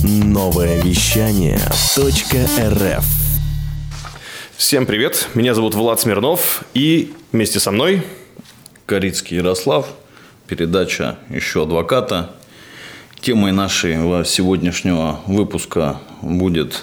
Новое вещание .рф. Всем привет, меня зовут Влад Смирнов, и вместе со мной Корицкий Ярослав, передача «Еще адвоката». Темой нашего сегодняшнего выпуска будет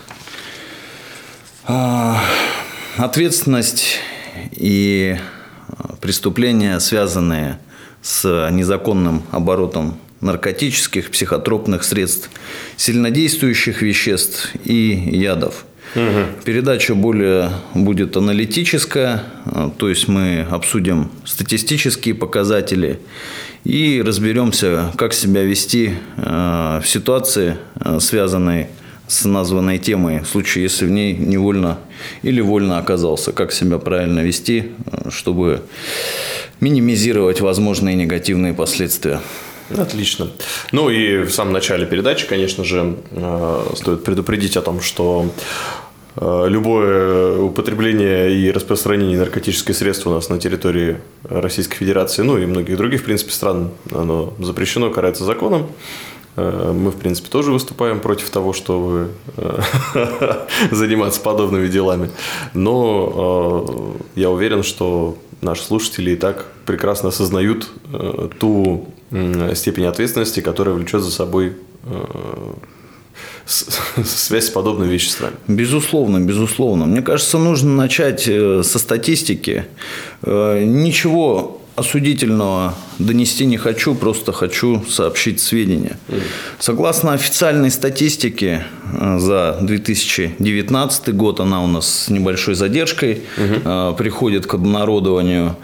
ответственность и преступления, связанные с незаконным оборотом наркотических, психотропных средств, сильнодействующих веществ и ядов. Передача более будет аналитическая, то есть мы обсудим статистические показатели и разберемся, как себя вести в ситуации, связанной с названной темой, в случае, если в ней невольно или вольно оказался, как себя правильно вести, чтобы минимизировать возможные негативные последствия. Отлично. Ну и в самом начале передачи, конечно же, стоит предупредить о том, что любое употребление и распространение наркотических средств у нас на территории Российской Федерации, ну и многих других, в принципе, стран, оно запрещено, карается законом. Мы, в принципе, тоже выступаем против того, чтобы заниматься подобными делами. Но я уверен, что наши слушатели и так прекрасно осознают ту степень ответственности, которая влечет за собой связь с подобными веществами. Безусловно, безусловно. Мне кажется, нужно начать со статистики. Ничего осудительного донести не хочу, просто хочу сообщить сведения. Согласно официальной статистике за 2019 год, она у нас с небольшой задержкой приходит к обнародованию.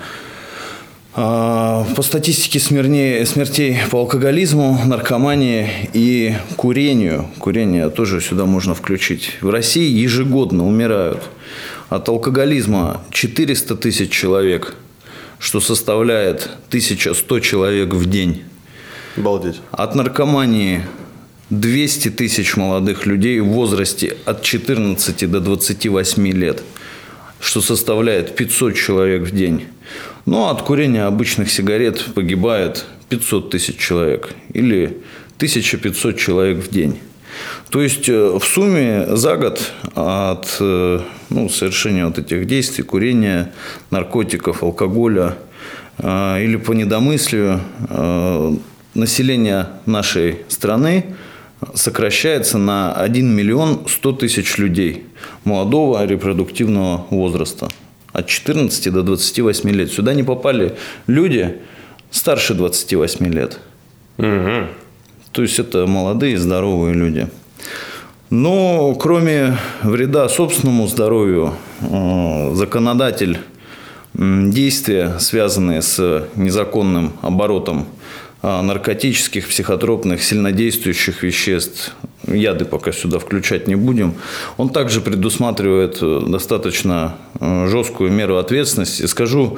По статистике смертей по алкоголизму, наркомании и курению, курение тоже сюда можно включить, в России ежегодно умирают от алкоголизма 400 тысяч человек, что составляет 1100 человек в день. Обалдеть. От наркомании 200 тысяч молодых людей в возрасте от 14 до 28 лет, что составляет 500 человек в день. Ну, а от курения обычных сигарет погибает 500 тысяч человек или 1500 человек в день. То есть, в сумме за год от совершения вот этих действий, курения, наркотиков, алкоголя или по недомыслию, население нашей страны сокращается на 1 миллион 100 тысяч людей молодого репродуктивного возраста. От 14 до 28 лет. Сюда не попали люди старше 28 лет. То есть, это молодые, здоровые люди. Но кроме вреда собственному здоровью, законодатель действия, связанные с незаконным оборотом наркотических, психотропных, сильнодействующих веществ, яды пока сюда включать не будем, он также предусматривает достаточно жесткую меру ответственности. Скажу,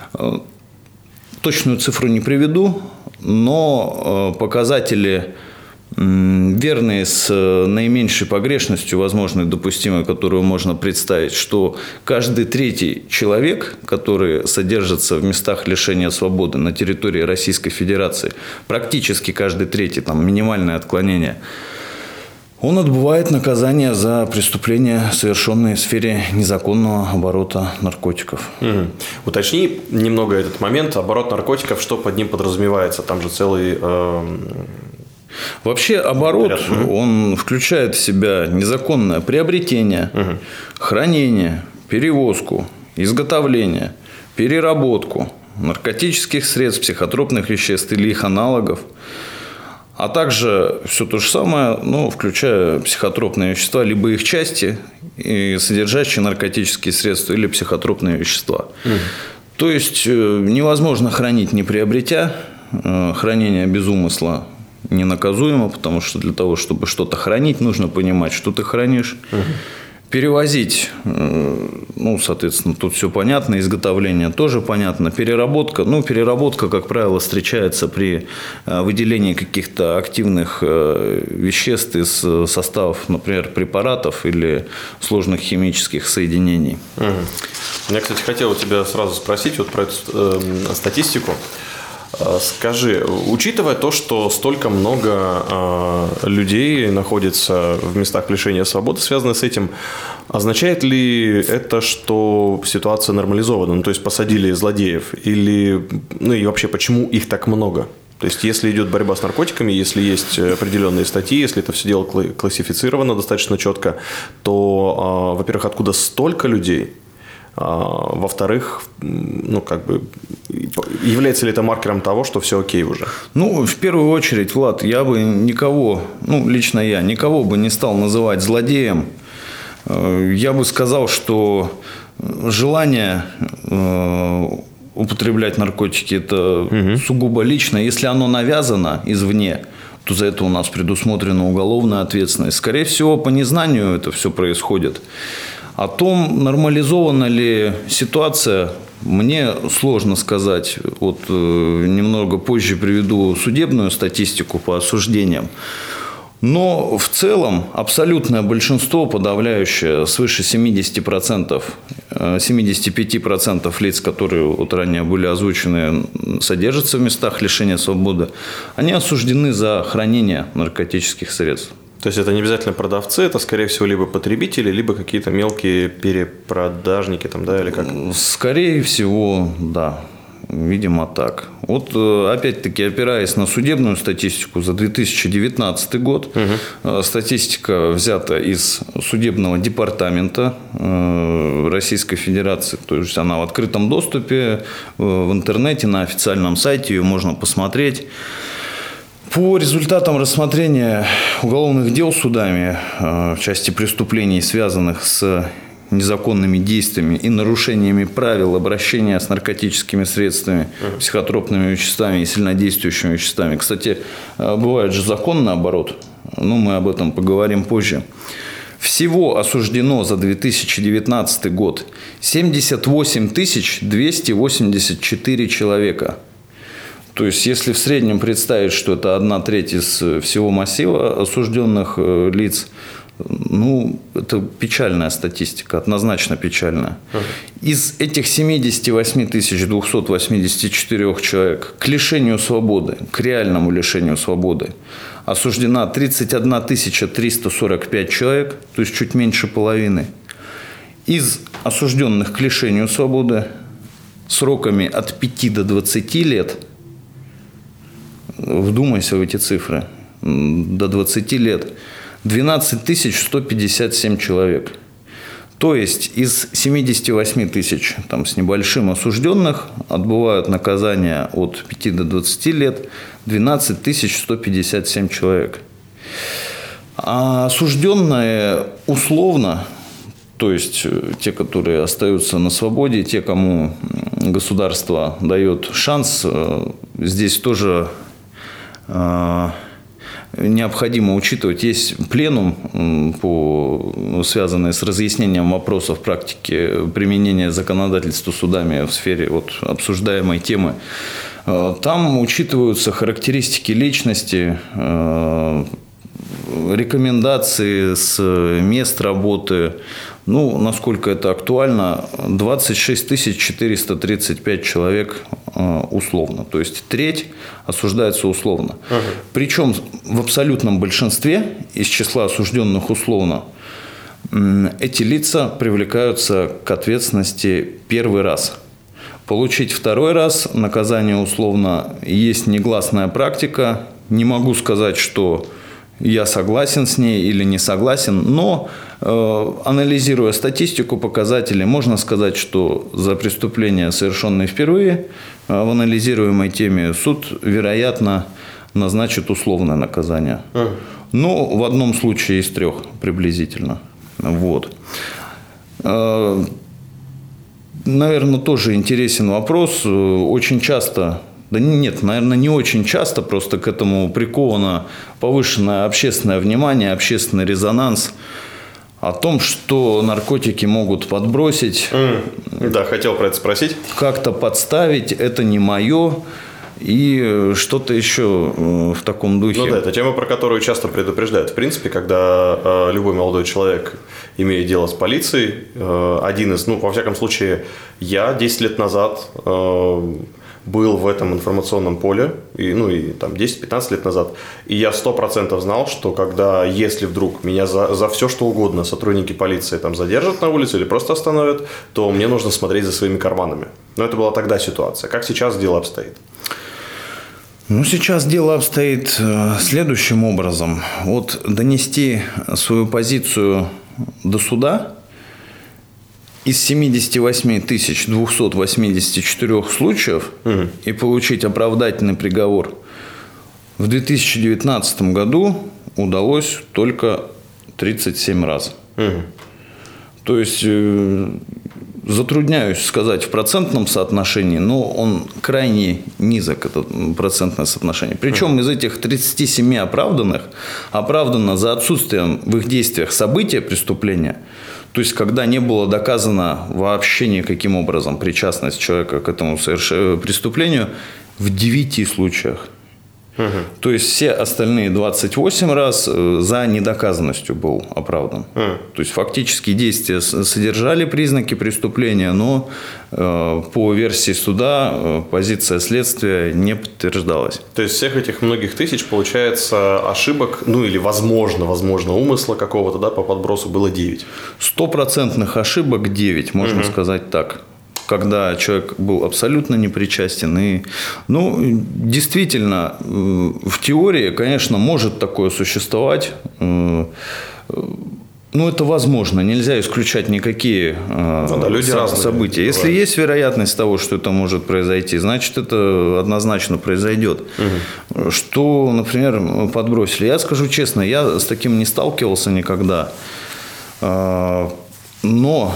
точную цифру не приведу, но показатели верные, с наименьшей погрешностью, возможной, допустимой, которую можно представить, что каждый третий человек, который содержится в местах лишения свободы на территории Российской Федерации, практически каждый третий, там минимальное отклонение, он отбывает наказание за преступления, совершенные в сфере незаконного оборота наркотиков. Уточни немного этот момент. Оборот наркотиков, что под ним подразумевается? Там же целый... Вообще оборот, он включает в себя незаконное приобретение, хранение, перевозку, изготовление, переработку наркотических средств, психотропных веществ или их аналогов, а также все то же самое, но включая психотропные вещества, либо их части, и содержащие наркотические средства или психотропные вещества. То есть, невозможно хранить, не приобретя. Хранение без умысла ненаказуемо, потому что для того, чтобы что-то хранить, нужно понимать, что ты хранишь. Перевозить, соответственно, тут все понятно, изготовление тоже понятно, переработка. Переработка, как правило, встречается при выделении каких-то активных веществ из составов, например, препаратов или сложных химических соединений. Я, кстати, хотел у тебя сразу спросить вот про эту статистику. Скажи, учитывая то, что столько много людей находится в местах лишения свободы, связанных с этим, означает ли это, что ситуация нормализована? Ну, то есть посадили злодеев? Или, ну и вообще, почему их так много? То есть, если идет борьба с наркотиками, если есть определенные статьи, если это все дело классифицировано достаточно четко, то, во-первых, откуда столько людей? Во-вторых, ну, как бы, является ли это маркером того, что все окей уже? Ну, в первую очередь, Влад, я бы никого, ну, лично я, никого бы не стал называть злодеем. Я бы сказал, что желание употреблять наркотики – это сугубо лично. Если оно навязано извне, то за это у нас предусмотрена уголовная ответственность. Скорее всего, по незнанию это все происходит. О том, нормализована ли ситуация, мне сложно сказать. Вот немного позже приведу судебную статистику по осуждениям. Но в целом абсолютное большинство, подавляющее, свыше 70%, 75% лиц, которые вот ранее были озвучены, содержатся в местах лишения свободы, они осуждены за хранение наркотических средств. То есть, это не обязательно продавцы, это, скорее всего, либо потребители, либо какие-то мелкие перепродажники, там, да, или как? Скорее всего, да. Видимо, так. Вот, опять-таки, опираясь на судебную статистику за 2019 год, статистика взята из судебного департамента Российской Федерации, то есть она в открытом доступе, в интернете, на официальном сайте, ее можно посмотреть. По результатам рассмотрения уголовных дел судами в части преступлений, связанных с незаконными действиями и нарушениями правил обращения с наркотическими средствами, психотропными веществами и сильнодействующими веществами. Кстати, бывает же законный оборот, но мы об этом поговорим позже. Всего осуждено за 2019 год 78 284 человека. То есть, если в среднем представить, что это 1/3 из всего массива осужденных лиц, ну, это печальная статистика, однозначно печальная. Из этих 78 284 человек к лишению свободы, к реальному лишению свободы, осуждена 31 345 человек, то есть чуть меньше половины. Из осужденных к лишению свободы сроками от 5 до 20 лет, вдумайся в эти цифры, до 20 лет, 12 157 человек. То есть, из 78 тысяч там, с небольшим осужденных отбывают наказание от 5 до 20 лет 12 157 человек. А осужденные условно, то есть те, которые остаются на свободе, те, кому государство дает шанс, здесь тоже необходимо учитывать. Есть пленум, связанный с разъяснением вопросов практики применения законодательства судами в сфере вот, обсуждаемой темы. Там учитываются характеристики личности, рекомендации с мест работы. Ну, насколько это актуально, 26 435 человек условно. То есть, треть осуждается условно. Причем в абсолютном большинстве из числа осужденных условно эти лица привлекаются к ответственности первый раз. Получить второй раз наказание условно есть негласная практика. Не могу сказать, что я согласен с ней или не согласен, но анализируя статистику, показатели, можно сказать, что за преступления, совершенные впервые, в анализируемой теме суд, вероятно, назначит условное наказание. Но в одном случае из 3 приблизительно. Вот. Наверное, тоже интересен вопрос. Очень часто... Да нет, наверное, не очень часто, просто к этому приковано повышенное общественное внимание, общественный резонанс о том, что наркотики могут подбросить. Да, хотел про это спросить. Как-то подставить, это не мое. И что-то еще в таком духе. Ну да, это тема, про которую часто предупреждают. В принципе, когда любой молодой человек имеет дело с полицией, один из, ну, во всяком случае, я 10 лет назад был в этом информационном поле, и там 10-15 лет назад, и я 100% знал, что если вдруг меня за все что угодно сотрудники полиции там задержат на улице или просто остановят, то мне нужно смотреть за своими карманами. Но это была тогда ситуация. Как сейчас дело обстоит? Сейчас дело обстоит следующим образом. Вот донести свою позицию до суда из 78 284 случаев и получить оправдательный приговор в 2019 году удалось только 37 раз. То есть затрудняюсь сказать в процентном соотношении, но он крайне низок, это процентное соотношение. Причем из этих 37 оправдано за отсутствием в их действиях события преступления, то есть когда не было доказано вообще никаким образом причастность человека к этому преступлению, в 9 случаях. То есть все остальные 28 раз за недоказанностью был оправдан. То есть фактически действия содержали признаки преступления, но по версии суда позиция следствия не подтверждалась. То есть всех этих многих тысяч, получается, ошибок, или возможно умысла какого-то, по подбросу было 9. 100% ошибок 9, можно сказать так. Когда человек был абсолютно непричастен. И, действительно, в теории, конечно, может такое существовать. Это возможно. Нельзя исключать никакие события. Если есть вероятность того, что это может произойти, значит, это однозначно произойдет. Что, например, подбросили. Я скажу честно, я с таким не сталкивался никогда. Но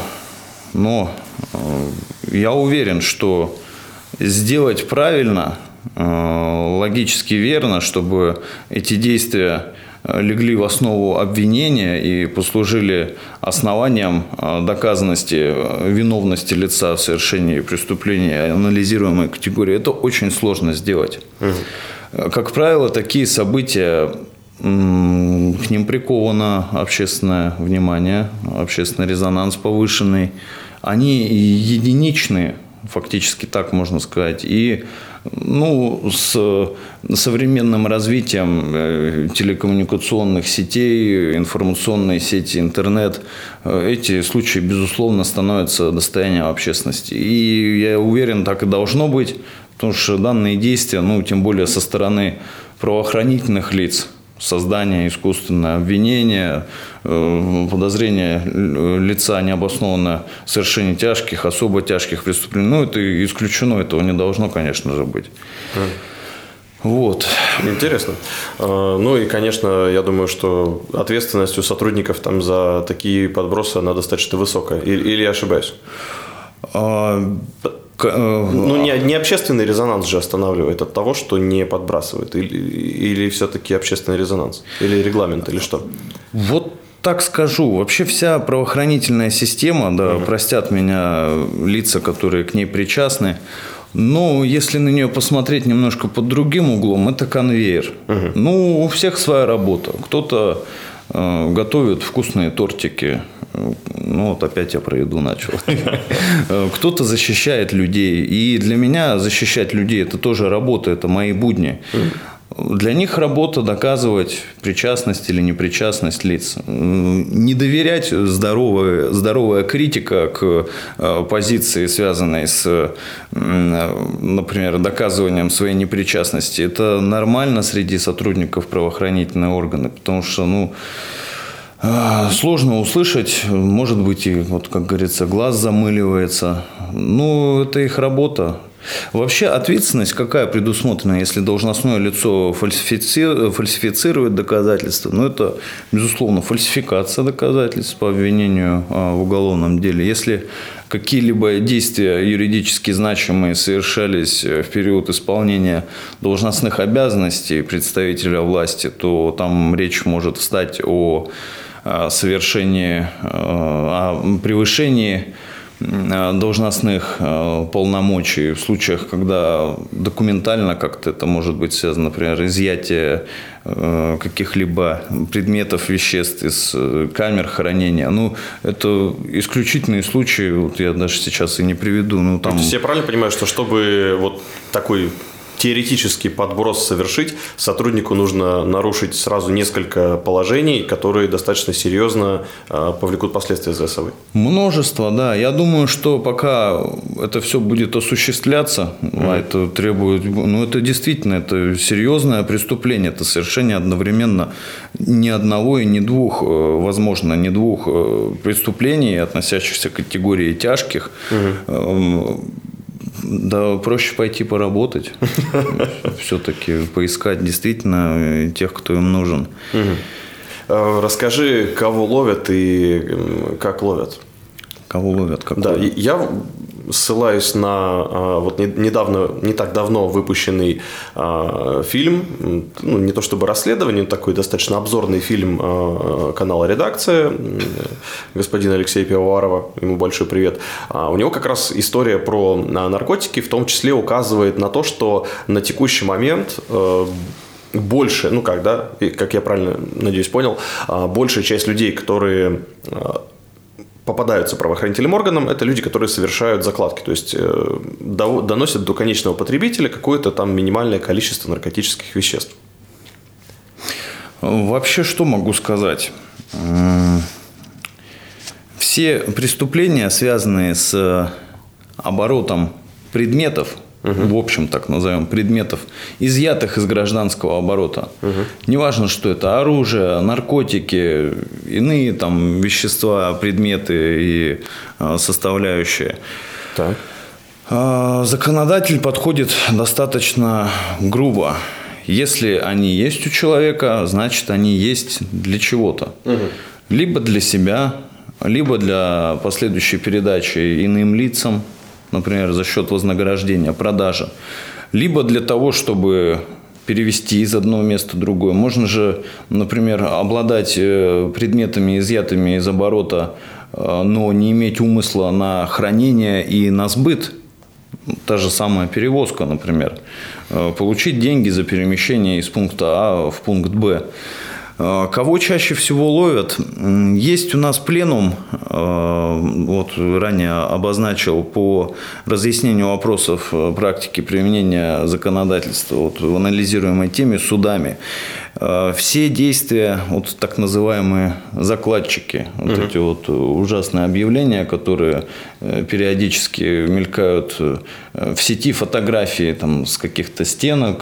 я уверен, что сделать правильно, логически верно, чтобы эти действия легли в основу обвинения и послужили основанием доказанности виновности лица в совершении преступления анализируемой категории, это очень сложно сделать. Как правило, такие события, к ним приковано общественное внимание, общественный резонанс повышенный. Они единичные, фактически так можно сказать. И с современным развитием телекоммуникационных сетей, информационной сети, интернет, эти случаи, безусловно, становятся достоянием общественности. И я уверен, так и должно быть, потому что данные действия, тем более со стороны правоохранительных лиц, создание искусственного обвинения, подозрение лица необоснованно в совершении тяжких, особо тяжких преступлений. Это исключено, этого не должно, конечно же, быть. Вот. Интересно. И, конечно, я думаю, что ответственность у сотрудников за такие подбросы, она достаточно высокая. Или я ошибаюсь? Не общественный резонанс же останавливает от того, что не подбрасывают? Или все-таки общественный резонанс? Или регламент? Или что? Вот так скажу. Вообще вся правоохранительная система, простят меня лица, которые к ней причастны, но если на нее посмотреть немножко под другим углом, это конвейер. У всех своя работа. Кто-то готовит вкусные тортики. Опять я про еду начал. Кто-то защищает людей. И для меня защищать людей – это тоже работа, это мои будни. Для них работа доказывать причастность или непричастность лиц. Не доверять здоровая критика к позиции, связанной с, например, доказыванием своей непричастности. Это нормально среди сотрудников правоохранительных органов, потому что, сложно услышать, может быть, и, как говорится, глаз замыливается. Это их работа. Вообще ответственность какая предусмотрена, если должностное лицо фальсифицирует доказательства? Это, безусловно, фальсификация доказательств по обвинению в уголовном деле. Если какие-либо действия юридически значимые совершались в период исполнения должностных обязанностей представителя власти, то там речь может встать о совершении, о превышении должностных полномочий в случаях, когда документально как-то это может быть связано, например, изъятие каких-либо предметов, веществ из камер хранения. Ну, это исключительные случаи, вот я даже сейчас и не приведу. Ну, там... То есть я правильно понимаю, что чтобы вот такой теоретический подброс совершить, сотруднику нужно нарушить сразу несколько положений, которые достаточно серьезно повлекут последствия за собой? Множество, да. Я думаю, что пока это все будет осуществляться, это требует... Ну, это действительно, это серьезное преступление. Это совершение одновременно ни одного и ни двух, возможно, ни двух преступлений, относящихся к категории тяжких. Да, проще пойти поработать, все-таки поискать действительно тех, кто им нужен. Расскажи, кого ловят и как ловят. Кого ловят, как да, ловят. Я ссылаюсь на вот недавно, не так давно выпущенный фильм, ну, не то чтобы расследование, но такой достаточно обзорный фильм канала «Редакция» господина Алексея Пивоварова, ему большой привет. У него как раз история про наркотики, в том числе указывает на то, что на текущий момент больше, ну как, да, как я правильно, надеюсь, понял, большая часть людей, которые попадаются правоохранительным органам, это люди, которые совершают закладки, то есть доносят до конечного потребителя какое-то там минимальное количество наркотических веществ. Вообще, что могу сказать? Все преступления, связанные с оборотом предметов, в общем, так назовем, предметов, изъятых из гражданского оборота. Неважно, что это оружие, наркотики, иные там вещества, предметы и составляющие. Так. Законодатель подходит достаточно грубо. Если они есть у человека, значит, они есть для чего-то. Либо для себя, либо для последующей передачи иным лицам, например, за счет вознаграждения, продажи, либо для того, чтобы перевести из одного места в другое. Можно же, например, обладать предметами, изъятыми из оборота, но не иметь умысла на хранение и на сбыт. Та же самая перевозка, например. Получить деньги за перемещение из пункта А в пункт Б. Кого чаще всего ловят? Есть у нас пленум, вот ранее обозначил, по разъяснению вопросов практики применения законодательства вот, в анализируемой теме судами. Все действия, вот так называемые закладчики, вот эти вот ужасные объявления, которые периодически мелькают в сети, фотографии там, с каких-то стенок,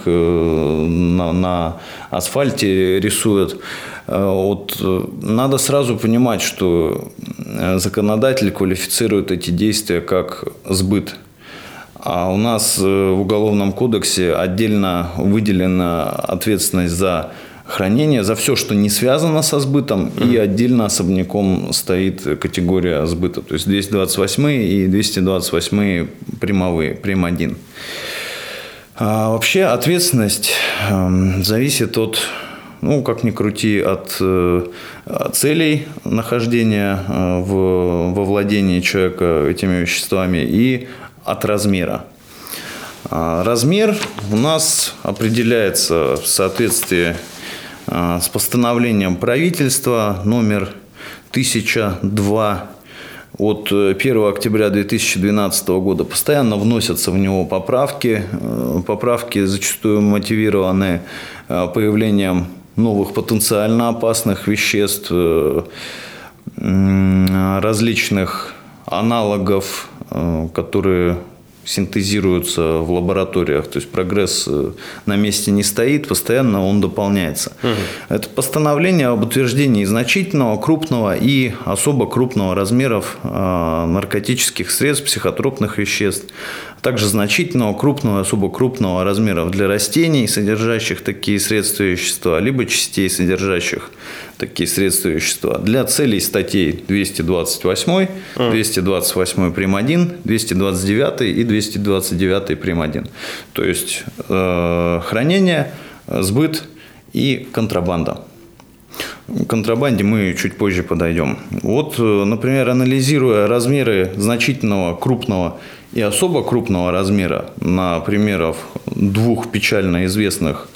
на асфальте рисуют. Вот, надо сразу понимать, что законодатель квалифицирует эти действия как сбыт. А у нас в Уголовном кодексе отдельно выделена ответственность за хранение, за все, что не связано со сбытом, и отдельно особняком стоит категория сбыта. То есть 228 и 228 прямовые, прим. 1. А вообще ответственность зависит от, ну, как ни крути, от целей нахождения во владении человека этими веществами и от размера. Размер у нас определяется в соответствии с постановлением правительства номер 1002 от 1 октября 2012 года. Постоянно вносятся в него поправки. Поправки зачастую мотивированы появлением новых потенциально опасных веществ, различных аналогов, которые синтезируются в лабораториях. То есть прогресс на месте не стоит, постоянно он дополняется. Это постановление об утверждении значительного, крупного и особо крупного размеров наркотических средств, психотропных веществ, а также значительного, крупного и особо крупного размеров для растений, содержащих такие средства и вещества, либо частей, содержащих такие средства и вещества, для целей статей 228, 228 прим. 1, 229 и 229 прим. 1. То есть хранение, сбыт и контрабанда. контрабанде мы чуть позже подойдем. Вот, например, анализируя размеры значительного, крупного и особо крупного размера на примерах двух печально известных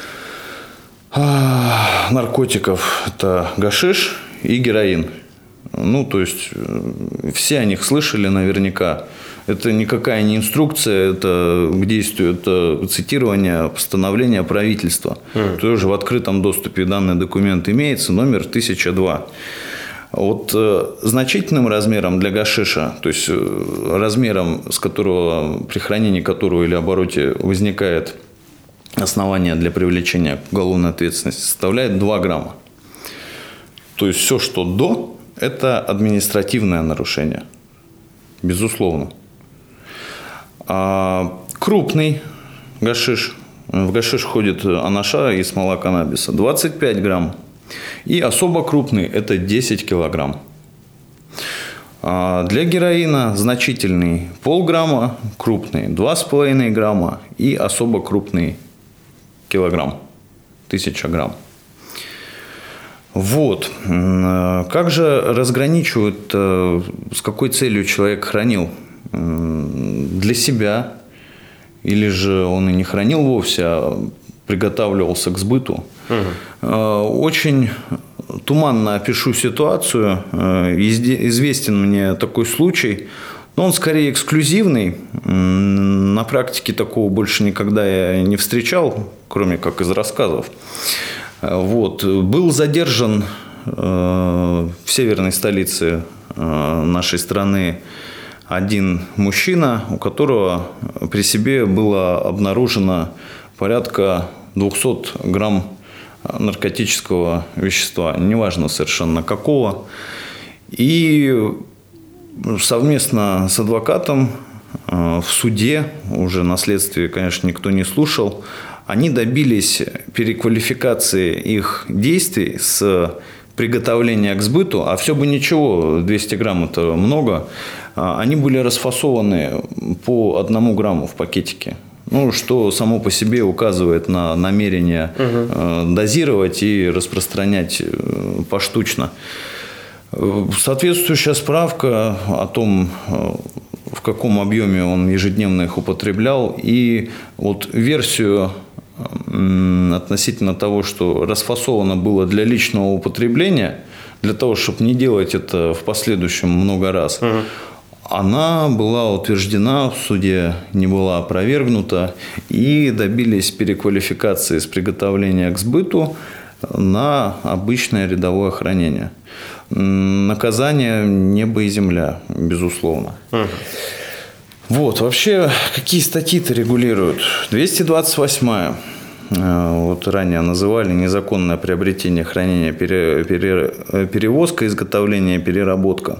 наркотиков, это гашиш и героин. Ну, то есть, все о них слышали наверняка. Это никакая не инструкция, это к действию, это цитирование постановления правительства. Тоже в открытом доступе данный документ имеется, номер 1002. Вот значительным размером для гашиша, то есть размером, с которого, при хранении которого или обороте возникает основание для привлечения к уголовной ответственности, составляет 2 грамма. То есть все, что до, это административное нарушение. Безусловно. А крупный гашиш, в гашиш входит анаша и смола каннабиса, 25 грамм. И особо крупный – это 10 килограмм. А для героина значительный – полграмма, крупный – 2,5 грамма и особо крупный – килограмм, 1000 грамм. Вот. Как же разграничивают, с какой целью человек хранил? Для себя, или же он и не хранил вовсе, а приготавливался к сбыту. Очень туманно опишу ситуацию. Известен мне такой случай, но он скорее эксклюзивный. На практике такого больше никогда я не встречал, кроме как из рассказов. Вот. Был задержан в северной столице нашей страны один мужчина, у которого при себе было обнаружено порядка 200 грамм наркотического вещества, неважно совершенно какого. И совместно с адвокатом в суде, уже на следствии, конечно, никто не слушал, они добились переквалификации их действий с приготовления к сбыту, а все бы ничего, 200 грамм это много, они были расфасованы по 1 грамму в пакетике. Ну, что само по себе указывает на намерение дозировать и распространять поштучно. Соответствующая справка о том, в каком объеме он ежедневно их употреблял, и вот версию относительно того, что расфасовано было для личного употребления, для того, чтобы не делать это в последующем много раз, она была утверждена в суде, не была опровергнута, и добились переквалификации с приготовления к сбыту на обычное рядовое хранение. Наказание небо и земля, безусловно. Вот, вообще, какие статьи-то регулируют? 228-я. Вот ранее называли незаконное приобретение, хранение, перевозка, изготовление, переработка.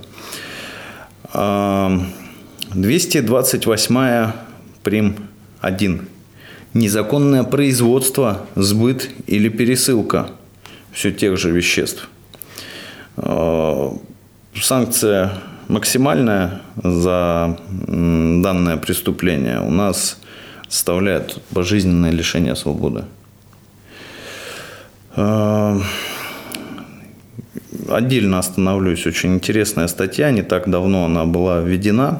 228-я прим. 1. Незаконное производство, сбыт или пересылка все тех же веществ. Санкция максимальная за данное преступление у нас составляет пожизненное лишение свободы. Отдельно остановлюсь. Очень интересная статья. Не так давно она была введена.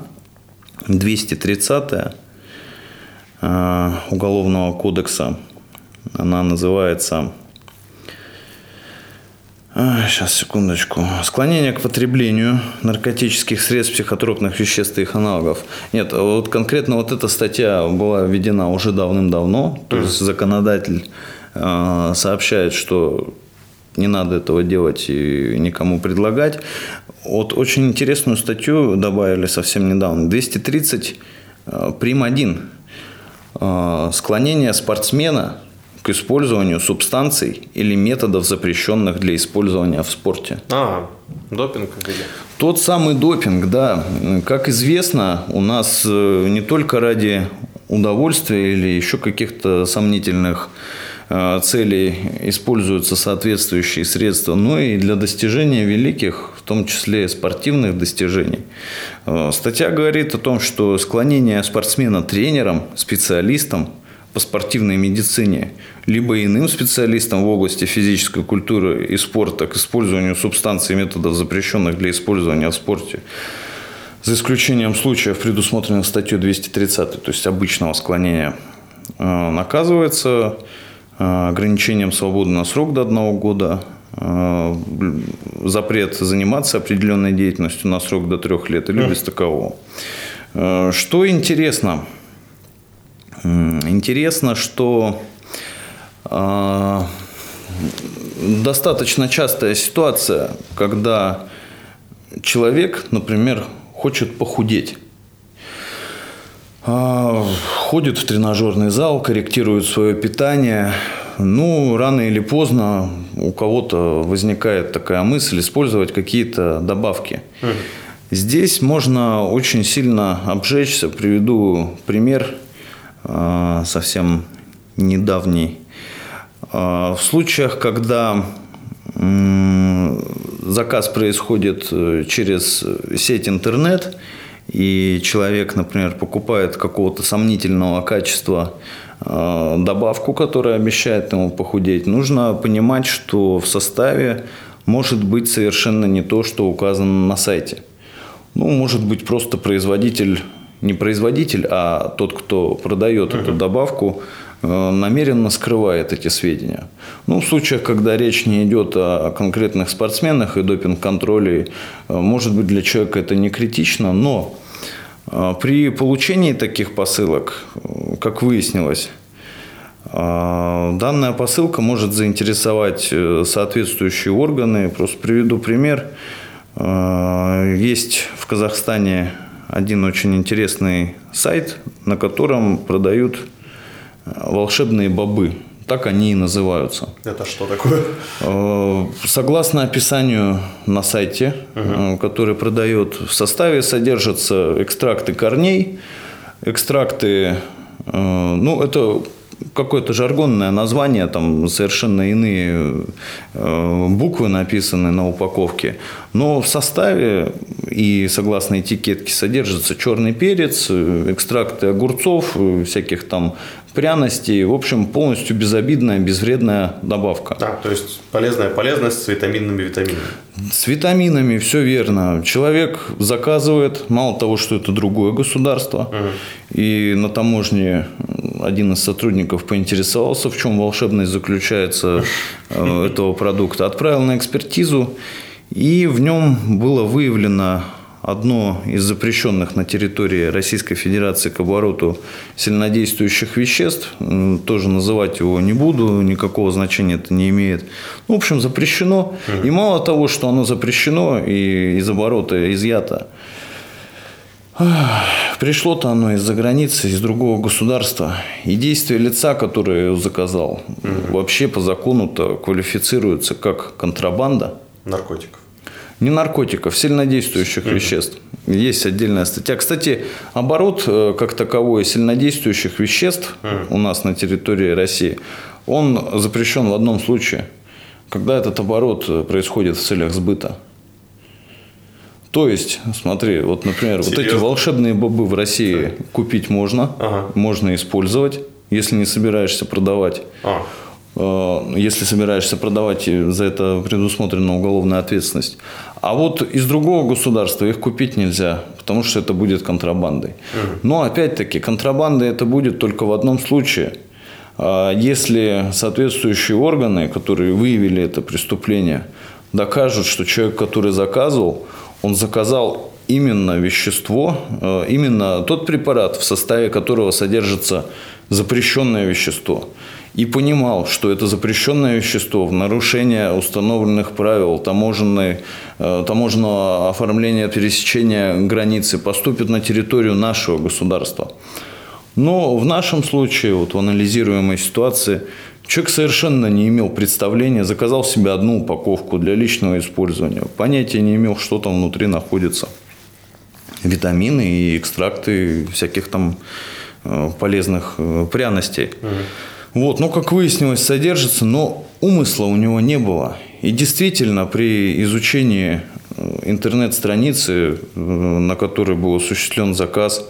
230-я Уголовного кодекса. Она называется... Сейчас, секундочку. Склонение к потреблению наркотических средств, психотропных веществ и их аналогов. Нет, вот конкретно вот эта статья была введена уже давным-давно. То есть законодатель сообщает, что не надо этого делать и никому предлагать. Вот очень интересную статью добавили совсем недавно. 230 прим. 1. Склонение спортсмена к использованию субстанций или методов, запрещенных для использования в спорте. Допинг или? Тот самый допинг, да. Как известно, у нас не только ради удовольствия или еще каких-то сомнительных целей используются соответствующие средства, но и для достижения великих, в том числе спортивных достижений. Статья говорит о том, что склонение спортсмена тренером, специалистом по спортивной медицине, либо иным специалистам в области физической культуры и спорта к использованию субстанций и методов, запрещенных для использования в спорте, за исключением случаев, предусмотренных статьей 230, то есть обычного склонения, наказывается ограничением свободы на срок до 1 года, запрет заниматься определенной деятельностью на срок до 3 лет или без такового. Что интересно? Интересно, что достаточно частая ситуация, когда человек, например, хочет похудеть. Ходит в тренажерный зал, корректирует свое питание. Рано или поздно у кого-то возникает такая мысль использовать какие-то добавки. Здесь можно очень сильно обжечься. Приведу пример совсем недавний. В случаях, когда заказ происходит через сеть интернет, и человек, например, покупает какого-то сомнительного качества добавку, которая обещает ему похудеть, нужно понимать, что в составе может быть совершенно не то, что указано на сайте. Может быть просто производитель, не производитель, а тот, кто продает эту добавку, намеренно скрывает эти сведения. В случаях, когда речь не идет о конкретных спортсменах и допинг-контроле, может быть, для человека это не критично, но при получении таких посылок, как выяснилось, данная посылка может заинтересовать соответствующие органы. Просто приведу пример. Есть в Казахстане один очень интересный сайт, на котором продают волшебные бобы. Так они и называются. Это что такое? Согласно описанию на сайте, который продает, в составе содержатся экстракты корней, экстракты, это какое-то жаргонное название, там совершенно иные буквы написаны на упаковке, но в составе и согласно этикетке содержится черный перец, экстракты огурцов, всяких там пряностей, в общем, полностью безобидная, безвредная добавка. Да, то есть полезная полезность с витаминами. С витаминами, все верно. Человек заказывает, мало того, что это другое государство, и на таможне один из сотрудников поинтересовался, в чем волшебность заключается этого продукта, отправил на экспертизу, и в нем было выявлено одно из запрещенных на территории Российской Федерации к обороту сильнодействующих веществ. Тоже называть его не буду, никакого значения это не имеет. В общем, запрещено. И мало того, что оно запрещено и из оборота изъято, пришло-то оно из-за границы, из другого государства. И действия лица, которое его заказал, вообще по закону-то квалифицируются как контрабанда. Наркотиков. Не наркотиков, сильнодействующих веществ. Есть отдельная статья. Кстати, оборот как таковой сильнодействующих веществ у нас на территории России, он запрещен в одном случае, когда этот оборот происходит в целях сбыта. То есть, смотри, вот, например, вот эти волшебные бобы в России купить можно, можно использовать, если не собираешься продавать. Если собираешься продавать, за это предусмотрена уголовная ответственность. А вот из другого государства их купить нельзя, потому что это будет контрабандой. Но опять-таки контрабанда это будет только в одном случае. Если соответствующие органы, которые выявили это преступление, докажут, что человек, который заказывал, он заказал именно вещество, именно тот препарат, в составе которого содержится запрещенное вещество, и понимал, что это запрещенное вещество в нарушение установленных правил таможенного оформления пересечения границы поступит на территорию нашего государства. Но в нашем случае, вот в анализируемой ситуации, человек совершенно не имел представления, заказал себе одну упаковку для личного использования, понятия не имел, что там внутри находится. Витамины и экстракты всяких там полезных пряностей. Вот, как выяснилось, содержится, но умысла у него не было. И действительно, при изучении интернет-страницы, на которой был осуществлен заказ,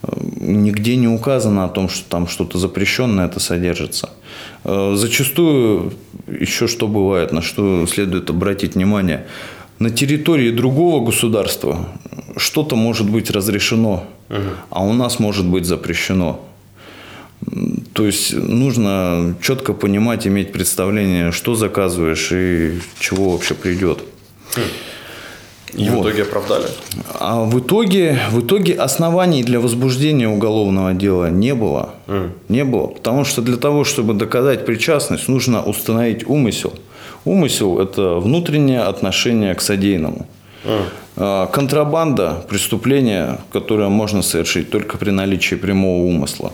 Нигде не указано о том, что там что-то запрещенное это содержится. Зачастую еще что бывает, на что следует обратить внимание. На территории другого государства что-то может быть разрешено, а у нас может быть запрещено. То есть нужно четко понимать, иметь представление, что заказываешь и чего вообще придет. И в итоге оправдали? А в итоге оснований для возбуждения уголовного дела не было. Не было. Потому что для того, чтобы доказать причастность, нужно установить умысел. Умысел – это внутреннее отношение к содеянному. Контрабанда – преступление, которое можно совершить только при наличии прямого умысла.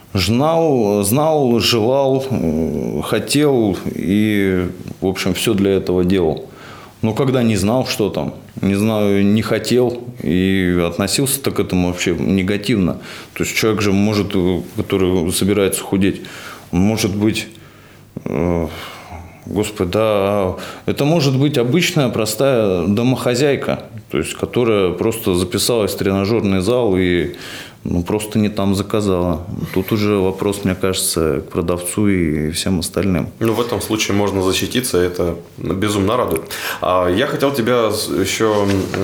Знал, желал, хотел и, в общем, все для этого делал. Но когда не знал, что там, не хотел и относился-то к этому вообще негативно. То есть человек же может, который собирается худеть, он может быть, господи, да, это может быть обычная простая домохозяйка, то есть которая просто записалась в тренажерный зал и просто не там заказала. Тут уже вопрос, мне кажется, к продавцу и всем остальным. В этом случае можно защититься, это безумно радует. Я хотел тебя еще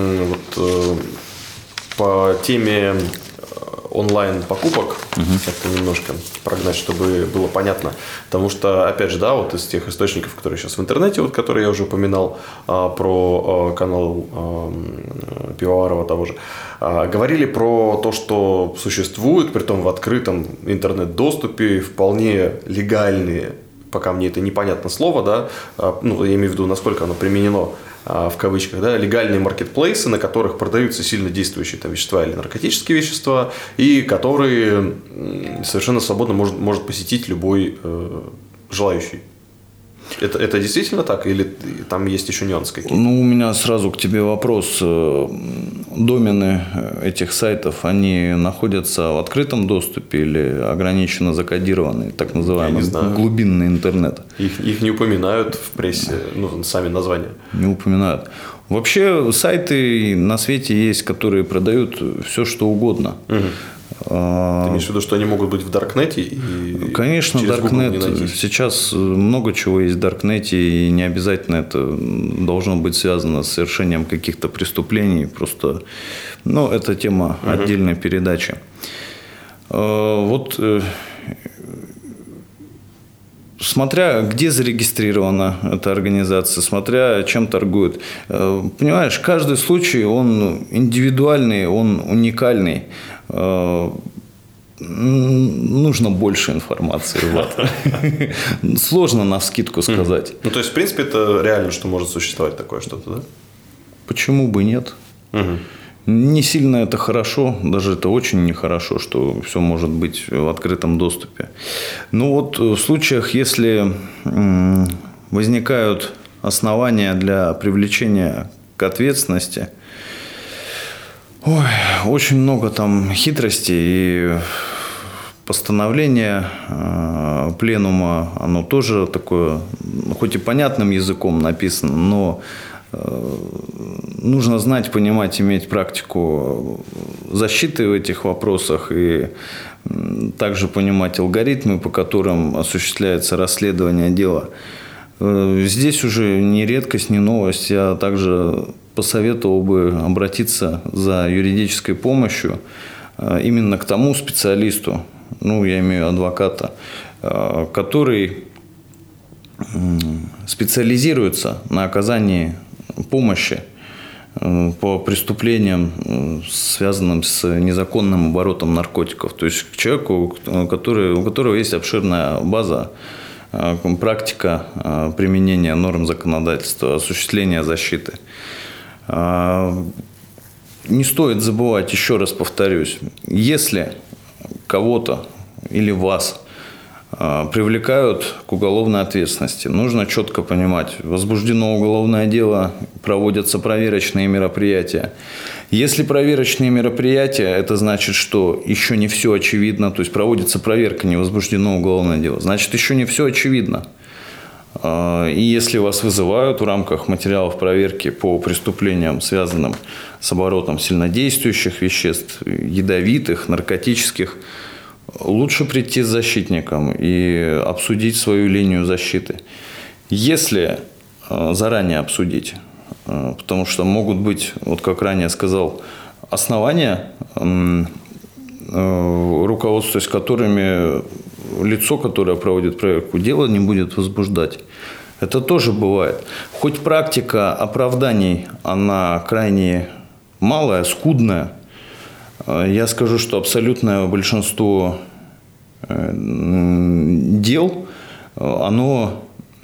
по теме онлайн-покупок как-то немножко прогнать, чтобы было понятно. Потому что, опять же, да, вот из тех источников, которые сейчас в интернете, вот, которые я уже упоминал, про канал Пивоварова того же, говорили про то, что существуют, притом в открытом интернет-доступе, вполне легальные, пока мне это непонятно слово, да, я имею в виду, насколько оно применено в кавычках, да, легальные маркетплейсы, на которых продаются сильно действующие там вещества или наркотические вещества, и которые совершенно свободно может посетить любой желающий. Это действительно так? Или там есть еще нюансы какие-то? У меня сразу к тебе вопрос. Домены этих сайтов, они находятся в открытом доступе или ограниченно закодированы, так называемый глубинный интернет? Их не упоминают в прессе, сами названия. Не упоминают. Вообще сайты на свете есть, которые продают все, что угодно. Ты имеешь в виду, что они могут быть в Даркнете? И конечно, Даркнет. Сейчас много чего есть в Даркнете, и не обязательно это должно быть связано с совершением каких-то преступлений. Просто, это тема отдельной передачи. Смотря где зарегистрирована эта организация, смотря чем торгует. Понимаешь, каждый случай, он индивидуальный, он уникальный. Нужно больше информации. Сложно навскидку сказать. То есть, в принципе, это реально, что может существовать такое что-то, да? Почему бы нет? Не сильно это хорошо, даже это очень нехорошо, что все может быть в открытом доступе. В случаях, если возникают основания для привлечения к ответственности, очень много там хитростей, и постановление пленума, оно тоже такое, хоть и понятным языком написано, но нужно знать, понимать, иметь практику защиты в этих вопросах и также понимать алгоритмы, по которым осуществляется расследование дела. Здесь уже не редкость, не новость. Я также посоветовал бы обратиться за юридической помощью именно к тому специалисту, я имею адвоката, который специализируется на оказании помощи по преступлениям, связанным с незаконным оборотом наркотиков. То есть к человеку, у которого есть обширная база, практика применения норм законодательства, осуществления защиты. Не стоит забывать, еще раз повторюсь, если кого-то или вас привлекают к уголовной ответственности, нужно четко понимать, возбуждено уголовное дело, проводятся проверочные мероприятия. Если проверочные мероприятия, это значит, что еще не все очевидно, то есть проводится проверка, не возбуждено уголовное дело, значит, еще не все очевидно. И если вас вызывают в рамках материалов проверки по преступлениям, связанным с оборотом сильнодействующих веществ, ядовитых, наркотических, лучше прийти с защитником и обсудить свою линию защиты. Если заранее обсудить, потому что могут быть, вот как ранее сказал, основания, руководствуясь которыми лицо, которое проводит проверку, дело не будет возбуждать. Это тоже бывает. Хоть практика оправданий, она крайне малая, скудная, я скажу, что абсолютное большинство дел, оно...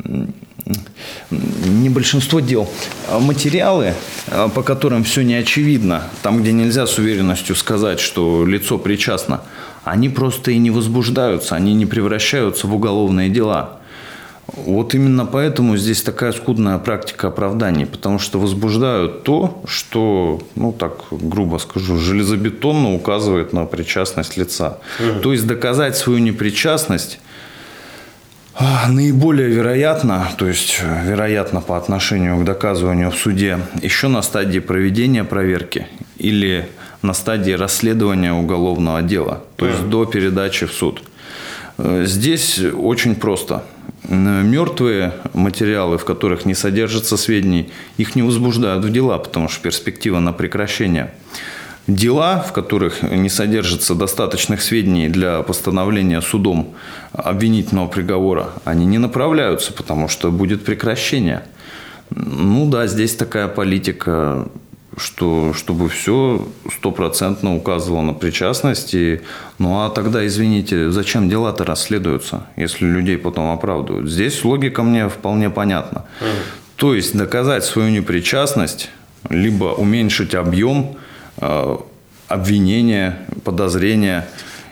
Не большинство дел. Материалы, по которым все не очевидно, там, где нельзя с уверенностью сказать, что лицо причастно, они просто и не возбуждаются, они не превращаются в уголовные дела. Вот именно поэтому здесь такая скудная практика оправданий, потому что возбуждают то, что, ну так грубо скажу, железобетонно указывает на причастность лица. То есть доказать свою непричастность наиболее вероятно, то есть вероятно по отношению к доказыванию в суде, еще на стадии проведения проверки или на стадии расследования уголовного дела, то есть до передачи в суд. Здесь очень просто. Мертвые материалы, в которых не содержится сведений, их не возбуждают в дела, потому что перспектива на прекращение. Дела, в которых не содержится достаточных сведений для постановления судом обвинительного приговора, они не направляются, потому что будет прекращение. Ну да, здесь такая политика, что чтобы все стопроцентно указывало на причастность. Ну а тогда, извините, зачем дела-то расследуются, если людей потом оправдывают? Здесь логика мне вполне понятна. То есть доказать свою непричастность, либо уменьшить объем обвинения, подозрения,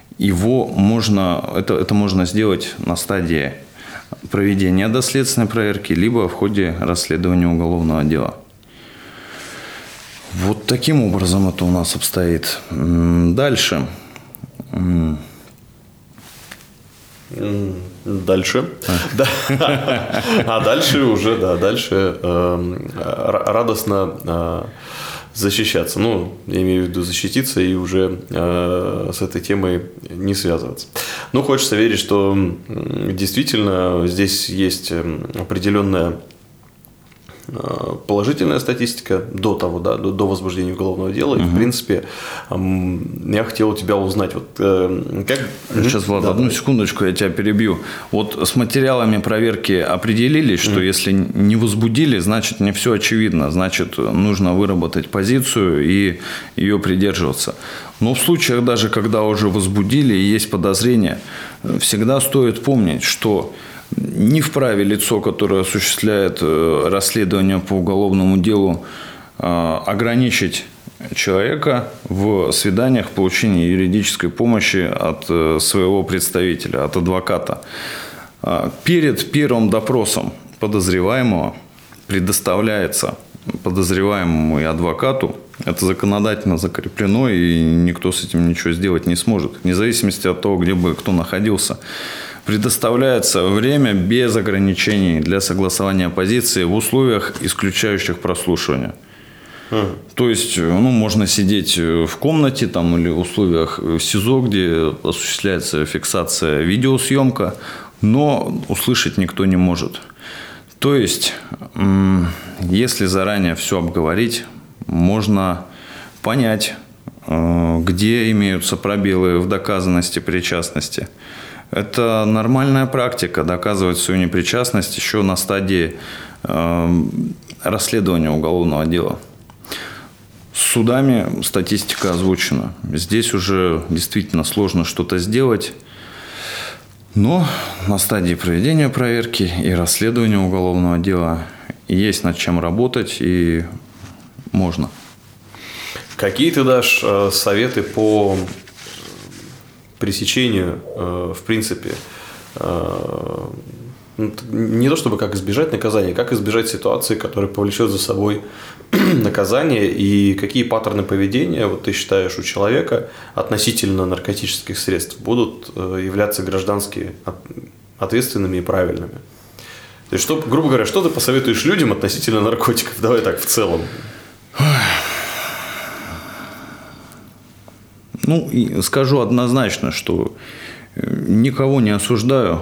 это можно сделать на стадии проведения доследственной проверки, либо в ходе расследования уголовного дела. Вот таким образом это у нас обстоит. Дальше. А дальше уже, радостно защищаться. Ну, я имею в виду защититься и уже с этой темой не связываться. Ну, хочется верить, что действительно здесь есть определенная положительная статистика до того, до возбуждения уголовного дела. И, в принципе, я хотел у тебя узнать, вот как... Сейчас, Влад, одну секундочку, я тебя перебью. Вот с материалами проверки определились, что если не возбудили, значит, не все очевидно. Значит, нужно выработать позицию и ее придерживаться. Но в случаях даже, когда уже возбудили и есть подозрения, всегда стоит помнить, что не вправе лицо, которое осуществляет расследование по уголовному делу, ограничить человека в свиданиях, получении юридической помощи от своего представителя, от адвоката. Перед первым допросом подозреваемого предоставляется подозреваемому и адвокату, это законодательно закреплено, и никто с этим ничего сделать не сможет, вне зависимости от того, где бы кто находился. Предоставляется время без ограничений для согласования позиции в условиях, исключающих прослушивание. То есть, можно сидеть в комнате там, или в условиях СИЗО, где осуществляется фиксация, видеосъемка, но услышать никто не может. То есть, если заранее все обговорить, можно понять, где имеются пробелы в доказанности причастности. Это нормальная практика доказывать свою непричастность еще на стадии расследования уголовного дела. С судами статистика озвучена. Здесь уже действительно сложно что-то сделать. Но на стадии проведения проверки и расследования уголовного дела есть над чем работать и можно. Какие ты дашь советы по пресечению, в принципе, не то чтобы как избежать наказания, как избежать ситуации, которая повлечет за собой наказание, и какие паттерны поведения, вот ты считаешь, у человека относительно наркотических средств будут являться граждански ответственными и правильными? То есть, грубо говоря, что ты посоветуешь людям относительно наркотиков? Давай так, в целом. Ну, и скажу однозначно, что никого не осуждаю,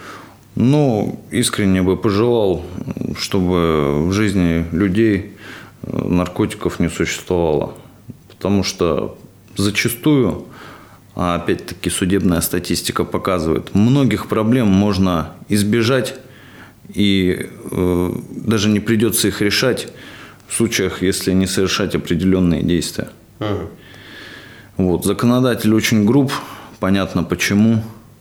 но искренне бы пожелал, чтобы в жизни людей наркотиков не существовало. Потому что зачастую, а опять-таки судебная статистика показывает, многих проблем можно избежать, и даже не придется их решать в случаях, если не совершать определенные действия. Вот. Законодатель очень груб, понятно почему,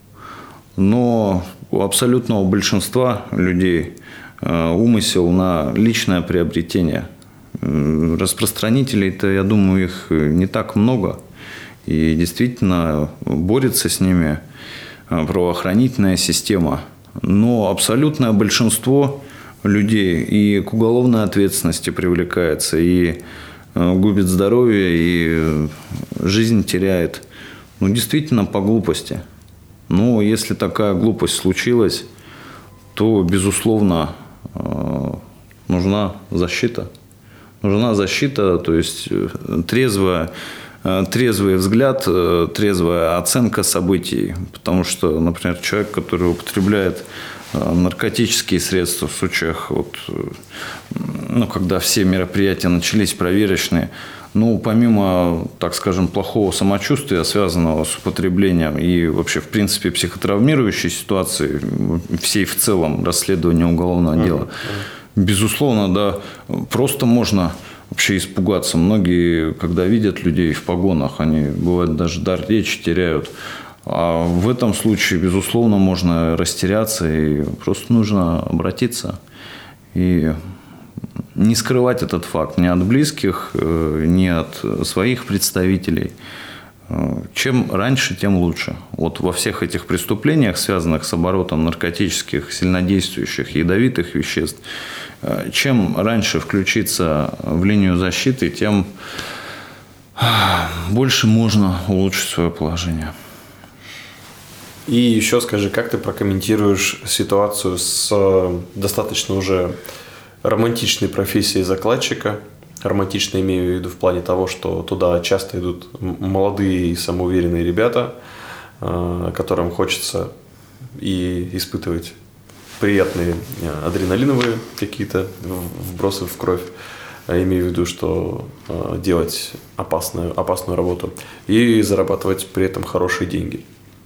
но у абсолютного большинства людей умысел на личное приобретение. Распространителей-то, я думаю, их не так много, и действительно борется с ними правоохранительная система. Но абсолютное большинство людей и к уголовной ответственности привлекается, и губит здоровье, и жизнь теряет. Ну, действительно, по глупости. Но если такая глупость случилась, то, безусловно, нужна защита. Нужна защита, то есть трезвый взгляд, трезвая оценка событий. Потому что, например, человек, который употребляет наркотические средства в случаях, когда все мероприятия начались проверочные, помимо, так скажем, плохого самочувствия, связанного с употреблением, и вообще, в принципе, психотравмирующей ситуации, всей в целом расследования уголовного дела, безусловно, да, просто можно вообще испугаться. Многие, когда видят людей в погонах, они, бывает, даже дар речи теряют. А в этом случае, безусловно, можно растеряться, и просто нужно обратиться и не скрывать этот факт ни от близких, ни от своих представителей. Чем раньше, тем лучше. Вот во всех этих преступлениях, связанных с оборотом наркотических, сильнодействующих, ядовитых веществ, чем раньше включиться в линию защиты, тем больше можно улучшить свое положение. И еще скажи, как ты прокомментируешь ситуацию с достаточно уже романтичной профессией закладчика? Романтично имею в виду в плане того, что туда часто идут молодые и самоуверенные ребята, которым хочется и испытывать приятные адреналиновые какие-то вбросы в кровь. Имею в виду, что делать опасную работу и зарабатывать при этом хорошие деньги.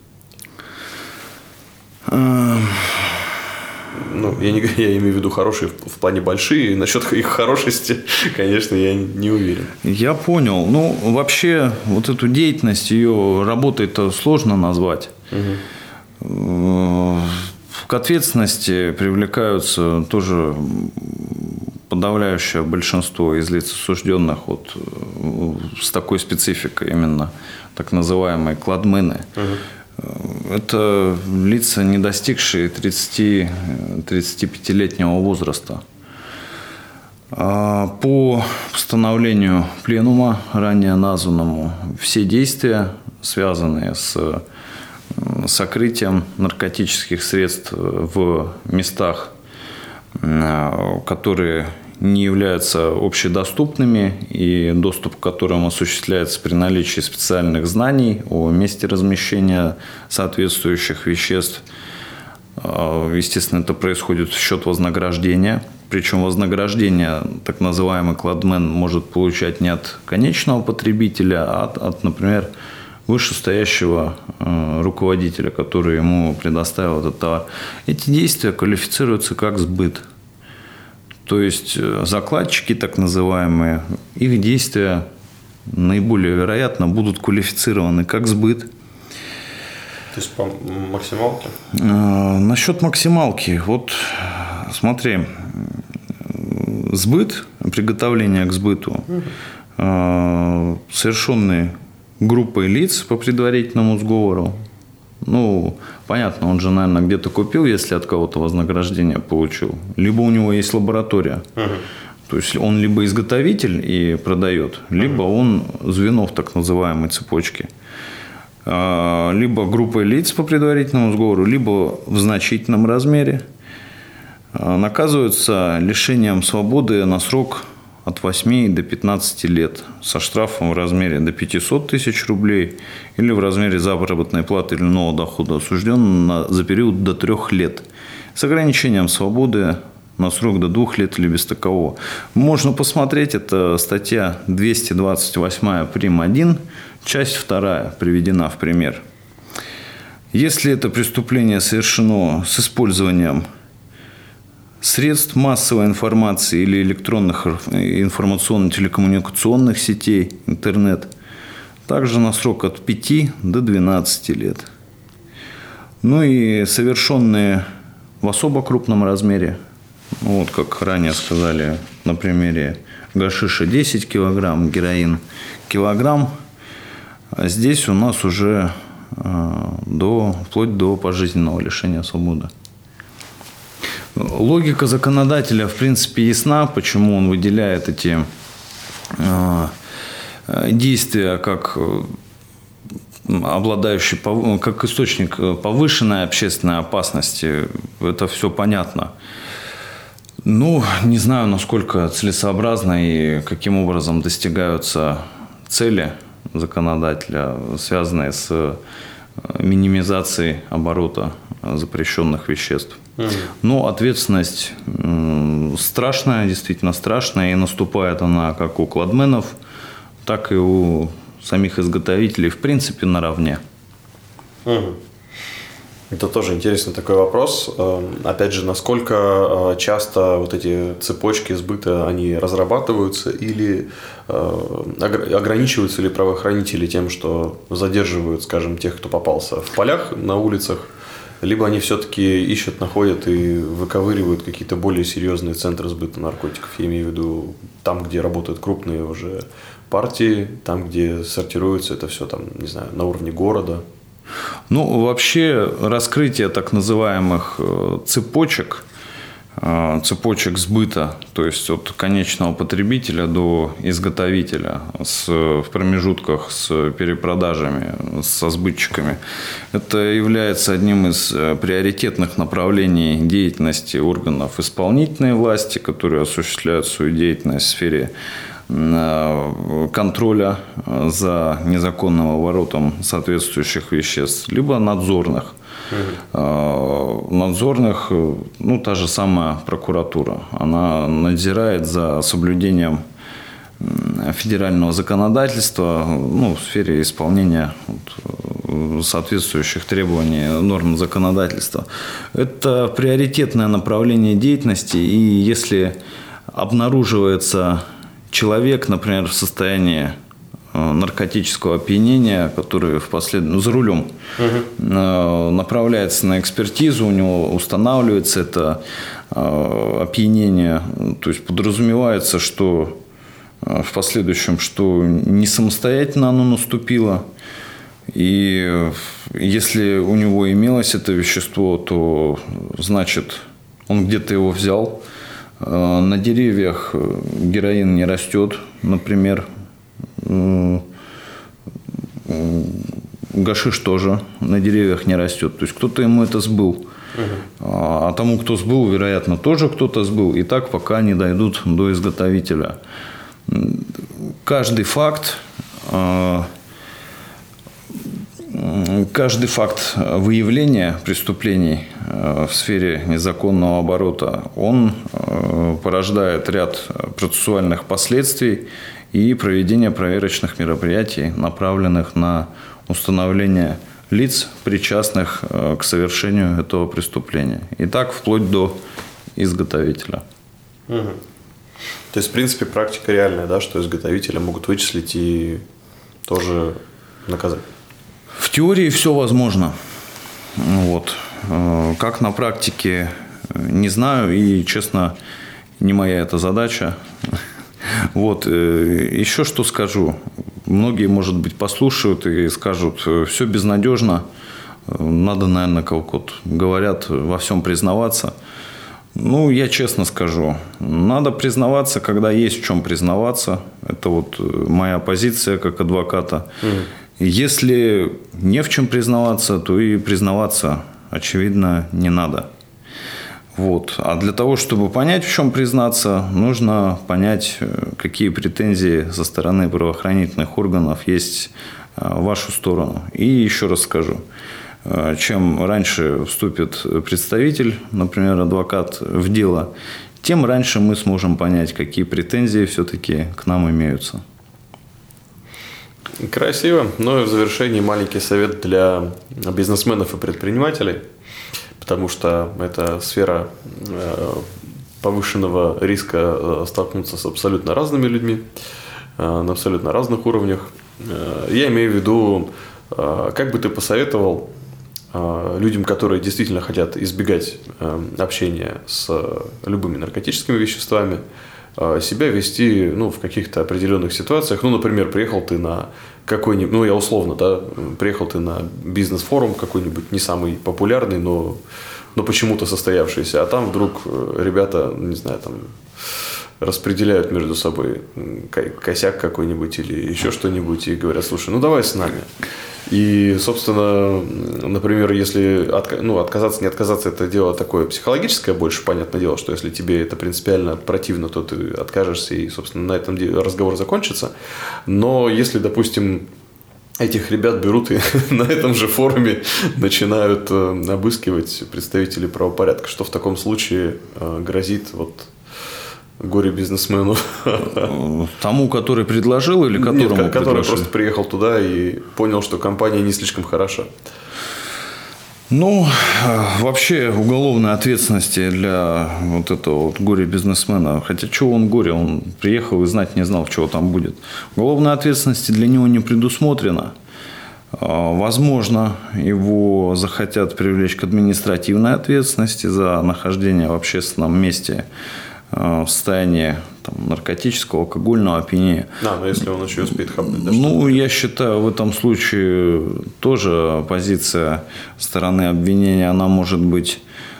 Я имею в виду хорошие в плане большие. Насчет их хорошести, конечно, я не уверен. Я понял. Вообще, вот эту деятельность, ее работой-то сложно назвать. К ответственности привлекаются тоже подавляющее большинство из лиц осужденных с такой спецификой, именно так называемые кладмены. Это лица, не достигшие 30-35-летнего возраста. По постановлению пленума, ранее названному, все действия, связанные с сокрытием наркотических средств в местах, которые не являются общедоступными и доступ к которым осуществляется при наличии специальных знаний о месте размещения соответствующих веществ. Естественно, это происходит в счет вознаграждения. Причем вознаграждение так называемый кладмен может получать не от конечного потребителя, а от, например, вышестоящего руководителя, который ему предоставил этот товар. Эти действия квалифицируются как сбыт. То есть закладчики, так называемые, их действия наиболее вероятно будут квалифицированы как сбыт. То есть по максималке? Насчет максималки. Смотри, сбыт, приготовление к сбыту, совершенный группой лиц по предварительному сговору. Понятно, он же, наверное, где-то купил, если от кого-то вознаграждение получил. Либо у него есть лаборатория. То есть он либо изготовитель и продает, либо он звено в так называемой цепочке. Либо группой лиц по предварительному сговору, либо в значительном размере. наказываются лишением свободы на срок от 8 до 15 лет со штрафом в размере до 500 тысяч рублей или в размере заработной платы или иного дохода, осужденного за период до 3 лет с ограничением свободы на срок до 2 лет или без такового. Можно посмотреть, это статья 228 прим. 1, часть 2 приведена в пример. Если это преступление совершено с использованием средств массовой информации или электронных информационно-телекоммуникационных сетей, интернет, также на срок от 5 до 12 лет. Ну и совершенные в особо крупном размере, вот как ранее сказали на примере гашиша 10 килограмм, героин килограмм, а здесь у нас уже вплоть до пожизненного лишения свободы. Логика законодателя, в принципе, ясна, почему он выделяет эти действия как обладающие, как источник повышенной общественной опасности. Это все понятно. Ну, не знаю, насколько целесообразно и каким образом достигаются цели законодателя, связанные с минимизацией оборота запрещенных веществ. Но ответственность страшная, действительно страшная, и наступает она как у кладменов, так и у самих изготовителей, в принципе, наравне. Это тоже интересный такой вопрос. Опять же, насколько часто вот эти цепочки сбыта, они разрабатываются или ограничиваются ли правоохранители тем, что задерживают, скажем, тех, кто попался в полях на улицах, либо они все-таки ищут, находят и выковыривают какие-то более серьезные центры сбыта наркотиков. Я имею в виду там, где работают крупные уже партии, там, где сортируется это все, там, не знаю, на уровне города. Ну, вообще, раскрытие так называемых цепочек сбыта, то есть от конечного потребителя до изготовителя в промежутках с перепродажами, со сбытчиками, это является одним из приоритетных направлений деятельности органов исполнительной власти, которые осуществляют свою деятельность в сфере контроля за незаконным оборотом соответствующих веществ, либо надзорных. Надзорных, ну, та же самая прокуратура. Она надзирает за соблюдением федерального законодательства, ну, в сфере исполнения соответствующих требований норм законодательства. Это приоритетное направление деятельности, и если обнаруживается человек, например, в состоянии наркотического опьянения, который за рулем направляется на экспертизу, у него устанавливается это опьянение, то есть подразумевается, что в последующем, что не самостоятельно оно наступило, и если у него имелось это вещество, то значит он где-то его взял. На деревьях героин не растет, например. Гашиш тоже на деревьях не растет. То есть кто-то ему это сбыл. А тому, кто сбыл, вероятно, тоже кто-то сбыл. И так, пока не дойдут до изготовителя. Каждый факт выявления преступлений в сфере незаконного оборота, он порождает ряд процессуальных последствий и проведение проверочных мероприятий, направленных на установление лиц, причастных к совершению этого преступления. И так вплоть до изготовителя. То есть, в принципе, практика реальная, да, что изготовителя могут вычислить и тоже наказать? В теории все возможно. Вот. Как на практике, не знаю, и, честно, не моя эта задача. Вот. Еще что скажу. Многие, может быть, послушают и скажут, все безнадежно, надо, наверное, как вот говорят, во всем признаваться. Ну, я честно скажу, надо признаваться, когда есть в чем признаваться. Это вот моя позиция как адвоката. Если не в чем признаваться, то и признаваться, очевидно, не надо. Вот. А для того, чтобы понять, в чем признаться, нужно понять, какие претензии со стороны правоохранительных органов есть в вашу сторону. И еще раз скажу, чем раньше вступит представитель, например, адвокат, в дело, тем раньше мы сможем понять, какие претензии все-таки к нам имеются. Красиво. Ну и в завершении маленький совет для бизнесменов и предпринимателей, потому что это сфера повышенного риска столкнуться с абсолютно разными людьми на абсолютно разных уровнях. Я имею в виду, как бы ты посоветовал людям, которые действительно хотят избегать общения с любыми наркотическими веществами, себя вести в каких-то определенных ситуациях. Например, приехал ты на какой-нибудь, я условно, приехал ты на бизнес-форум какой-нибудь, не самый популярный, но почему-то состоявшийся, а там вдруг ребята, не знаю, там распределяют между собой косяк какой-нибудь или еще что-нибудь и говорят: слушай, давай с нами. И, собственно, например, если отказаться, не отказаться, это дело такое психологическое больше, понятное дело, что если тебе это принципиально противно, то ты откажешься, и, собственно, на этом разговор закончится. Но если, допустим, этих ребят берут и на этом же форуме начинают обыскивать представителей правопорядка, что в таком случае грозит горе-бизнесмену? Тому, который предложил, или которому Нет, который просто приехал туда и понял, что компания не слишком хороша. Вообще уголовной ответственности для этого горе-бизнесмена, хотя чего он горе, он приехал и знать не знал, чего там будет. Уголовной ответственности для него не предусмотрено. Возможно, его захотят привлечь к административной ответственности за нахождение в общественном месте в состоянии наркотического, алкогольного опьянения. Но если он еще успеет хапнуть. Я считаю, в этом случае тоже позиция стороны обвинения, она может быть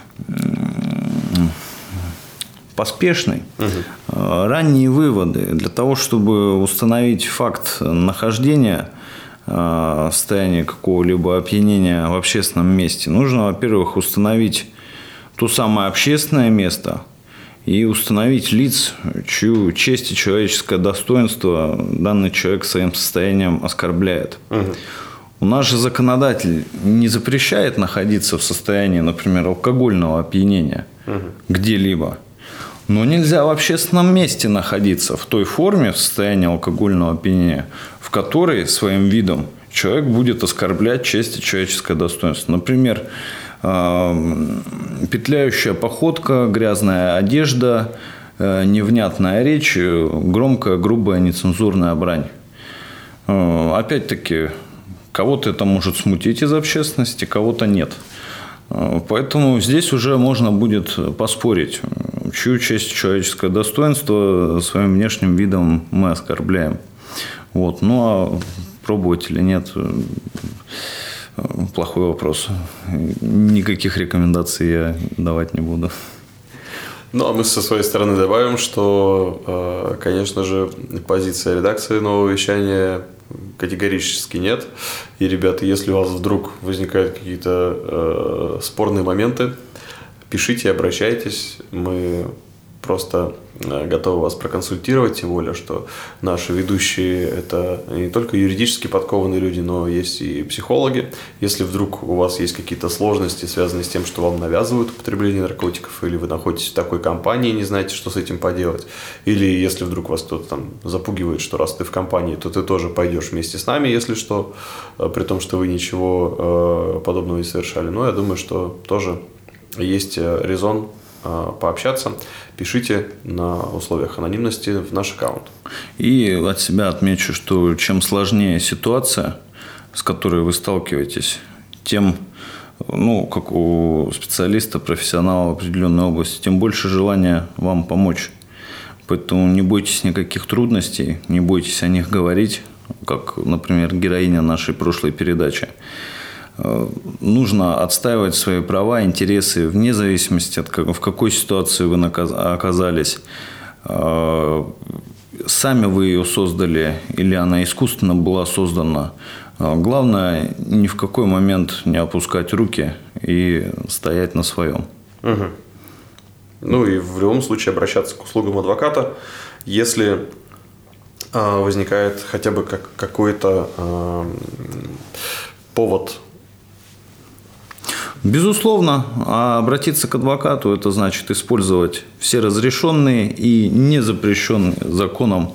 поспешной. Ранние выводы. Для того, чтобы установить факт нахождения в состоянии какого-либо опьянения в общественном месте, нужно, во-первых, установить то самое общественное место и установить лиц, чью честь и человеческое достоинство данный человек своим состоянием оскорбляет. У нас же законодатель не запрещает находиться в состоянии, например, алкогольного опьянения где-либо. Но нельзя в общественном месте находиться в той форме, в состоянии алкогольного опьянения, в которой своим видом человек будет оскорблять честь и человеческое достоинство. Например, петляющая походка, грязная одежда, невнятная речь, громкая, грубая, нецензурная брань. Опять-таки, кого-то это может смутить из общественности, кого-то нет. Поэтому здесь уже можно будет поспорить, чью честь, человеческое достоинство своим внешним видом мы оскорбляем. А пробовать или нет – плохой вопрос. Никаких рекомендаций я давать не буду. А мы со своей стороны добавим, что, конечно же, позиция редакции «Нового вещания» категорически нет. И, ребята, если у вас вдруг возникают какие-то спорные моменты, пишите, обращайтесь. Мы просто готовы вас проконсультировать, тем более, что наши ведущие – это не только юридически подкованные люди, но есть и психологи. Если вдруг у вас есть какие-то сложности, связанные с тем, что вам навязывают употребление наркотиков, или вы находитесь в такой компании и не знаете, что с этим поделать, или если вдруг вас кто-то там запугивает, что раз ты в компании, то ты тоже пойдешь вместе с нами, если что, при том, что вы ничего подобного не совершали. Я думаю, что тоже есть резон пообщаться. Пишите на условиях анонимности в наш аккаунт. И от себя отмечу, что чем сложнее ситуация, с которой вы сталкиваетесь, тем, как у специалиста, профессионала в определенной области, тем больше желания вам помочь. Поэтому не бойтесь никаких трудностей, не бойтесь о них говорить, как, например, героиня нашей прошлой передачи. Нужно отстаивать свои права, интересы вне зависимости от в какой ситуации вы оказались. Сами вы ее создали или она искусственно была создана. Главное, ни в какой момент не опускать руки и стоять на своем. Ну и в любом случае обращаться к услугам адвоката, если возникает хотя бы какой-то повод. Безусловно, обратиться к адвокату – это значит использовать все разрешенные и не запрещенные законом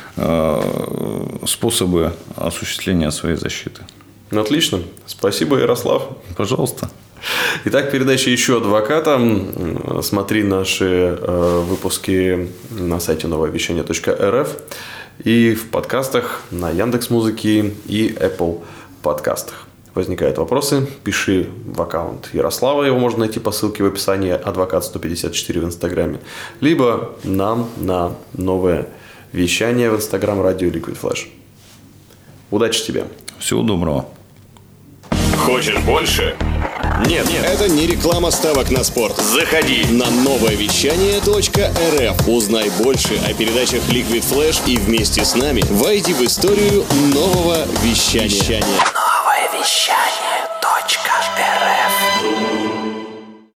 способы осуществления своей защиты. Отлично. Спасибо, Ярослав. Пожалуйста. Итак, передача «Ищу адвоката». Смотри наши выпуски на сайте нововещание.рф и в подкастах на Яндекс.Музыке и Apple подкастах. Возникают вопросы, пиши в аккаунт Ярослава, его можно найти по ссылке в описании, адвокат154 в Инстаграме, либо нам на новое вещание в Инстаграм радио Liquid Flash. Удачи тебе! Всего доброго! Хочешь больше? Нет, Это не реклама ставок на спорт. заходи. На нововещание.рф. Узнай больше о передачах Liquid Flash и вместе с нами войди в историю нового вещания. Новое вещание.